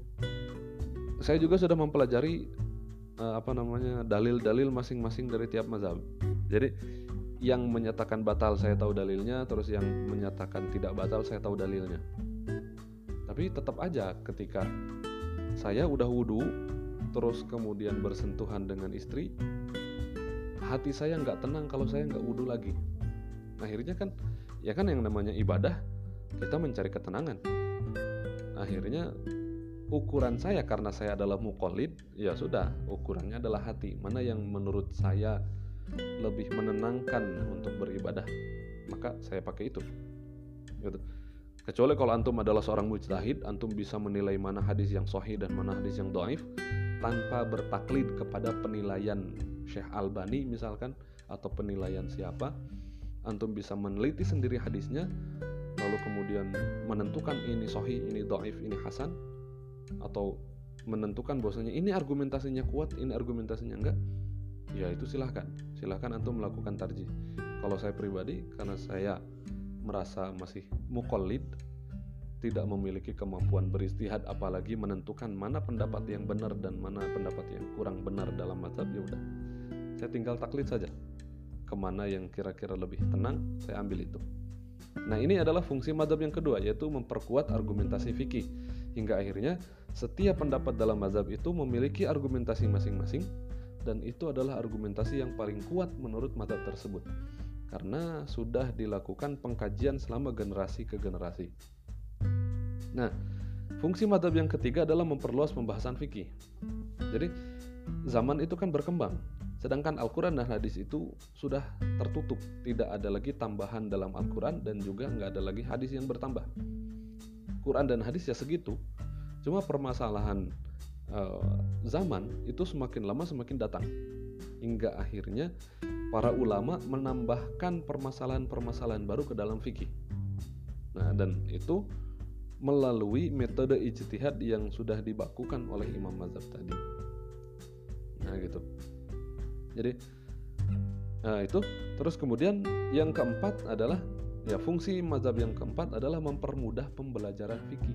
saya juga sudah mempelajari uh, apa namanya dalil-dalil masing-masing dari tiap mazhab. Jadi yang menyatakan batal saya tahu dalilnya, terus yang menyatakan tidak batal saya tahu dalilnya. Tapi tetap aja ketika saya udah wudhu terus kemudian bersentuhan dengan istri, hati saya nggak tenang kalau saya nggak wudhu lagi. Akhirnya kan ya kan yang namanya ibadah kita mencari ketenangan. Akhirnya ukuran saya karena saya adalah muqallid, ya sudah, ukurannya adalah hati. Mana yang menurut saya lebih menenangkan untuk beribadah, maka saya pakai itu. Gitu. Kecuali kalau antum adalah seorang mujtahid, antum bisa menilai mana hadis yang sahih dan mana hadis yang dhaif tanpa bertaklid kepada penilaian Syekh Albani misalkan atau penilaian siapa. Antum bisa meneliti sendiri hadisnya, lalu kemudian menentukan ini sahih, ini dhaif, ini hasan, atau menentukan bahwasanya ini argumentasinya kuat, ini argumentasinya enggak. Ya itu silahkan, silahkan antum melakukan tarjih. Kalau saya pribadi, karena saya merasa masih muqallid, tidak memiliki kemampuan beristihad apalagi menentukan mana pendapat yang benar dan mana pendapat yang kurang benar dalam mazhab, ya udah, saya tinggal taklid saja. Kemana yang kira-kira lebih tenang, saya ambil itu. Nah, ini adalah fungsi mazhab yang kedua, yaitu memperkuat argumentasi fikih. Hingga akhirnya setiap pendapat dalam mazhab itu memiliki argumentasi masing-masing, dan itu adalah argumentasi yang paling kuat menurut mazhab tersebut, karena sudah dilakukan pengkajian selama generasi ke generasi. Nah, fungsi mazhab yang ketiga adalah memperluas pembahasan fikih. Jadi zaman itu kan berkembang, sedangkan Al-Quran dan hadis itu sudah tertutup, tidak ada lagi tambahan dalam Al-Quran dan juga nggak ada lagi hadis yang bertambah. Quran dan hadis ya segitu, cuma permasalahan uh, zaman itu semakin lama semakin datang, hingga akhirnya para ulama menambahkan permasalahan-permasalahan baru ke dalam fikih. Nah, dan itu melalui metode ijtihad yang sudah dibakukan oleh imam mazhab tadi. Nah, gitu. Jadi nah itu terus kemudian yang keempat adalah ya fungsi mazhab yang keempat adalah mempermudah pembelajaran fikih.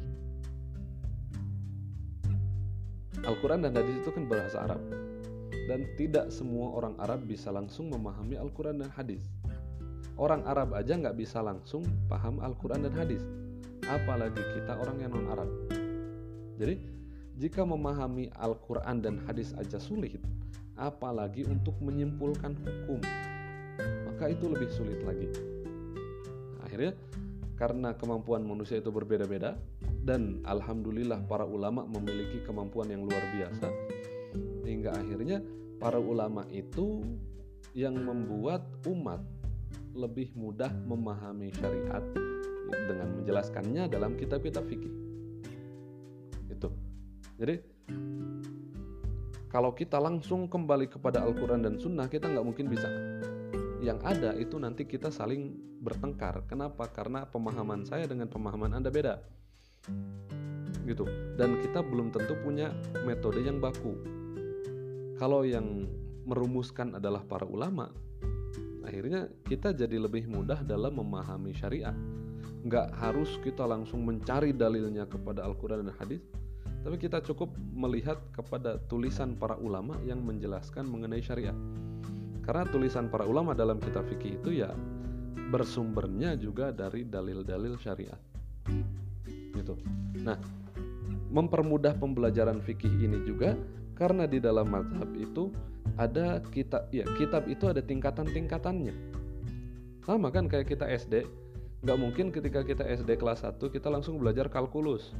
Al-Quran dan hadis itu kan bahasa Arab, dan tidak semua orang Arab bisa langsung memahami Al-Quran dan hadis. Orang Arab aja nggak bisa langsung paham Al-Quran dan hadis, apalagi kita orang yang non-Arab. Jadi jika memahami Al-Quran dan hadis aja sulit, apalagi untuk menyimpulkan hukum, maka itu lebih sulit lagi. Akhirnya karena kemampuan manusia itu berbeda-beda, dan alhamdulillah para ulama memiliki kemampuan yang luar biasa, hingga akhirnya para ulama itu yang membuat umat lebih mudah memahami syariat dengan menjelaskannya dalam kitab-kitab fikih. Itu. Jadi kalau kita langsung kembali kepada Al-Quran dan Sunnah, kita nggak mungkin bisa. Yang ada itu nanti kita saling bertengkar. Kenapa? Karena pemahaman saya dengan pemahaman Anda beda, gitu. Dan kita belum tentu punya metode yang baku. Kalau yang merumuskan adalah para ulama, akhirnya kita jadi lebih mudah dalam memahami syariat. Nggak harus kita langsung mencari dalilnya kepada Al-Quran dan hadis, tapi kita cukup melihat kepada tulisan para ulama yang menjelaskan mengenai syariat. Karena tulisan para ulama dalam kitab fikih itu ya bersumbernya juga dari dalil-dalil syariat. Gitu. Nah, mempermudah pembelajaran fikih ini juga karena di dalam mazhab itu ada kitab, ya kitab itu ada tingkatan-tingkatannya. Sama kan kayak kita S D, nggak mungkin ketika kita S D kelas satu kita langsung belajar kalkulus.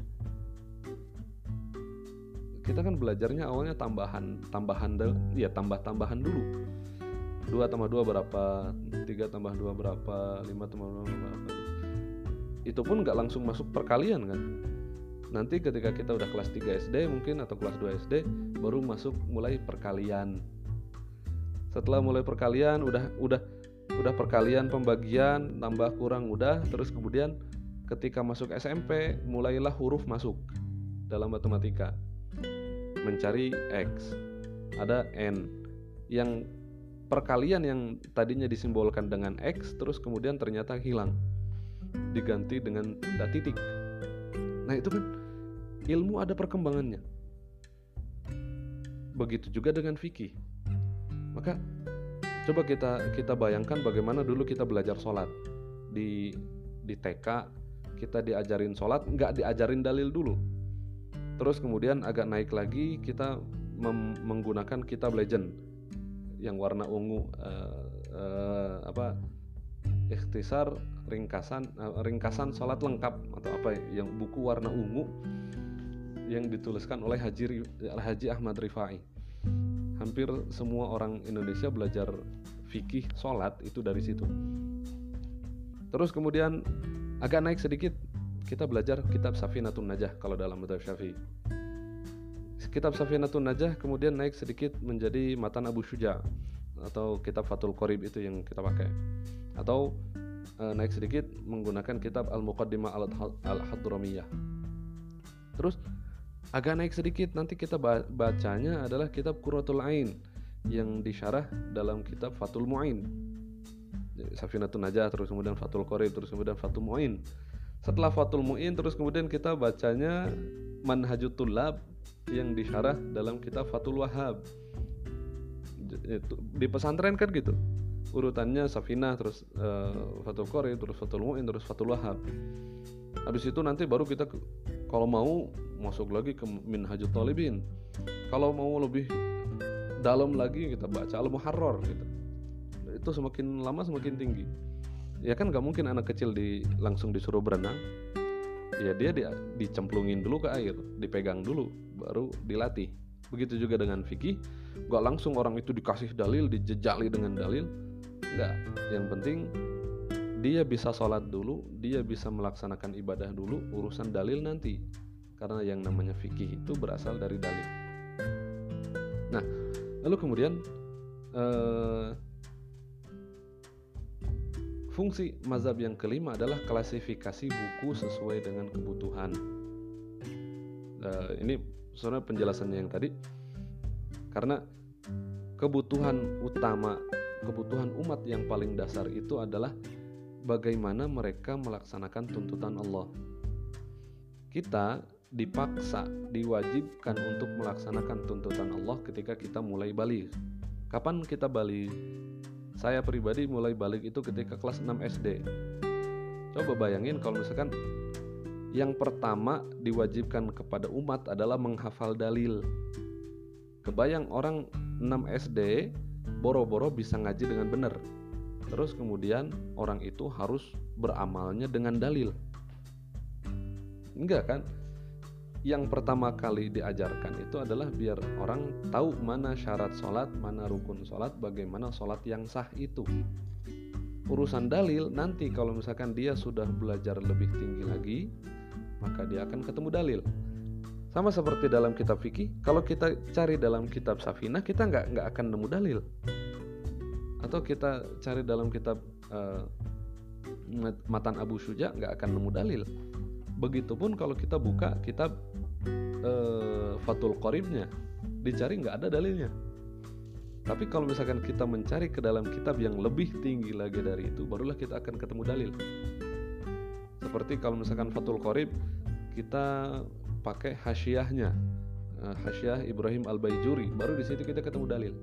Kita kan belajarnya awalnya tambahan, tambahan, ya tambah-tambahan dulu. dua tambah dua berapa, tiga tambah dua berapa, lima tambah dua berapa. Itu pun nggak langsung masuk perkalian kan. Nanti ketika kita udah kelas tiga S D mungkin atau kelas dua S D baru masuk mulai perkalian. Setelah mulai perkalian udah udah udah perkalian, pembagian, tambah kurang udah, terus kemudian ketika masuk S M P mulailah huruf masuk dalam matematika. Mencari X, ada N, yang perkalian yang tadinya disimbolkan dengan X terus kemudian ternyata hilang, diganti dengan tanda titik. Nah itu kan ilmu ada perkembangannya. Begitu juga dengan fikih. Maka coba kita kita bayangkan bagaimana dulu kita belajar sholat di di T K, kita diajarin sholat, nggak diajarin dalil dulu. Terus kemudian agak naik lagi kita mem- menggunakan kitab legend yang warna ungu, uh, uh, apa ikhtisar ringkasan uh, ringkasan sholat lengkap atau apa yang buku warna ungu yang dituliskan oleh Haji Haji Ahmad Rifai. Hampir semua orang Indonesia belajar fikih sholat itu dari situ. Terus kemudian agak naik sedikit kita belajar kitab Safinatun Najah kalau dalam mazhab Syafi'i. Kitab Safinatun Najah kemudian naik sedikit menjadi Matan Abu Syuja atau kitab Fathul Qorib itu yang kita pakai. Atau e, naik sedikit menggunakan kitab Al-Muqaddimah Al-Hadramiyah. Terus agak naik sedikit nanti kita bacanya adalah kitab Qurratul Ain yang disyarah dalam kitab Fathul Mu'in. Safinatun Najah, terus kemudian Fathul Qorib, terus kemudian Fathul Mu'in. Setelah Fathul Mu'in terus kemudian kita bacanya Manhajut Tullab yang disyarah dalam kitab Fathul Wahhab. Di pesantren kan gitu urutannya, Safinah, terus uh, Fathul Qorib, terus Fathul Mu'in, terus Fathul Wahhab. Habis itu nanti baru kita kalau mau masuk lagi ke Minhajut Thalibin. Kalau mau lebih dalam lagi kita baca Al-Muharrar gitu. Itu semakin lama semakin tinggi. Ya kan gak mungkin anak kecil di, langsung disuruh berenang. Ya dia di, dicemplungin dulu ke air, dipegang dulu, baru dilatih. Begitu juga dengan fikih, gak langsung orang itu dikasih dalil, dijejali dengan dalil. Enggak, yang penting dia bisa sholat dulu, dia bisa melaksanakan ibadah dulu, urusan dalil nanti. Karena yang namanya fikih itu berasal dari dalil. Nah, lalu kemudian eh, fungsi mazhab yang kelima adalah klasifikasi buku sesuai dengan kebutuhan. Nah, ini sebenarnya penjelasannya yang tadi, karena kebutuhan utama, kebutuhan umat yang paling dasar itu adalah bagaimana mereka melaksanakan tuntutan Allah. Kita dipaksa, diwajibkan untuk melaksanakan tuntutan Allah ketika kita mulai baligh. Kapan kita baligh? Saya pribadi mulai baligh itu ketika kelas enam S D. Coba bayangin kalau misalkan yang pertama diwajibkan kepada umat adalah menghafal dalil. Kebayang orang enam S D boro-boro bisa ngaji dengan benar. Terus kemudian orang itu harus beramalnya dengan dalil. Enggak kan? Yang pertama kali diajarkan itu adalah biar orang tahu mana syarat sholat, mana rukun sholat, bagaimana sholat yang sah itu. Urusan dalil nanti kalau misalkan dia sudah belajar lebih tinggi lagi, maka dia akan ketemu dalil. Sama seperti dalam kitab fikih, kalau kita cari dalam kitab Safinah, kita nggak nggak akan nemu dalil. Atau kita cari dalam kitab uh, Matan Abu Syuja, nggak akan nemu dalil. Begitupun kalau kita buka kitab uh, Fathul Qoribnya, dicari nggak ada dalilnya. Tapi kalau misalkan kita mencari ke dalam kitab yang lebih tinggi lagi dari itu, barulah kita akan ketemu dalil. Seperti kalau misalkan Fathul Qorib, kita pakai hasyiahnya, uh, hasyiah Ibrahim Al-Baijuri, baru di situ kita ketemu dalil.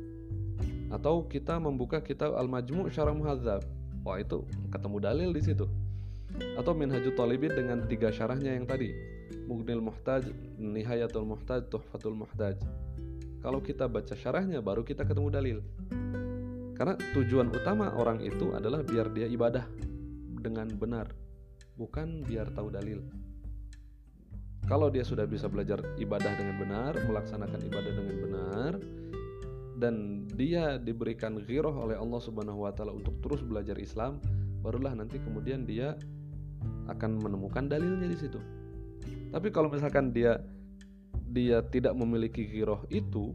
Atau kita membuka kitab Al-Majmu' Syarah Muhadzab, wah itu ketemu dalil di situ. Atau Minhajut Thalibin dengan tiga syarahnya yang tadi, Mughnil Muhtaj, Nihayatul Muhtaj, Tuhfatul Muhtaj. Kalau kita baca syarahnya baru kita ketemu dalil. Karena tujuan utama orang itu adalah biar dia ibadah dengan benar, bukan biar tahu dalil. Kalau dia sudah bisa belajar ibadah dengan benar, melaksanakan ibadah dengan benar, dan dia diberikan ghirah oleh Allah Subhanahu wa taala untuk terus belajar Islam, barulah nanti kemudian dia akan menemukan dalilnya di situ. Tapi kalau misalkan dia dia tidak memiliki ghirah itu,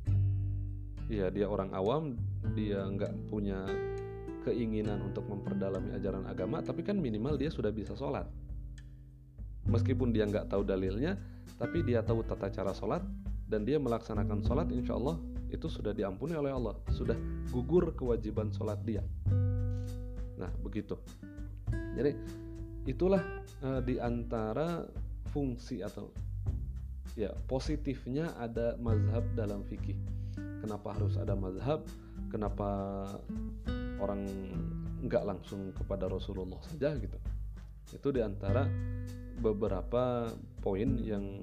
ya dia orang awam, dia nggak punya keinginan untuk memperdalami ajaran agama, tapi kan minimal dia sudah bisa sholat. Meskipun dia nggak tahu dalilnya, tapi dia tahu tata cara sholat dan dia melaksanakan sholat, insya Allah itu sudah diampuni oleh Allah, sudah gugur kewajiban sholat dia. Nah begitu. Jadi itulah uh, di antara fungsi atau ya positifnya ada mazhab dalam fikih. Kenapa harus ada mazhab? Kenapa orang nggak langsung kepada Rasulullah saja gitu? Itu di antara beberapa poin yang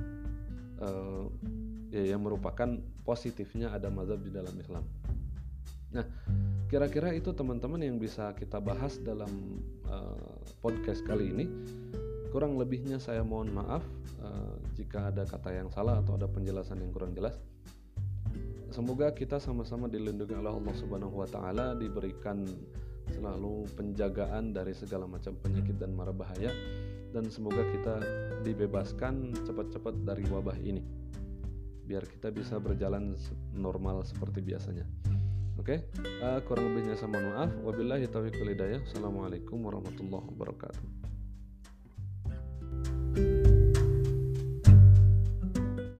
uh, ya yang merupakan positifnya ada mazhab di dalam Islam. Nah, kira-kira itu teman-teman yang bisa kita bahas dalam uh, podcast kali ini. Kurang lebihnya saya mohon maaf uh, jika ada kata yang salah atau ada penjelasan yang kurang jelas. Semoga kita sama-sama dilindungi oleh Allah Subhanahu wa taala, diberikan selalu penjagaan dari segala macam penyakit dan mara bahaya, dan semoga kita dibebaskan cepat-cepat dari wabah ini, biar kita bisa berjalan normal seperti biasanya. Oke, okay? uh, kurang lebihnya saya mohon maaf. Wabillahi taufiq wal hidayah. Assalamualaikum warahmatullahi wabarakatuh.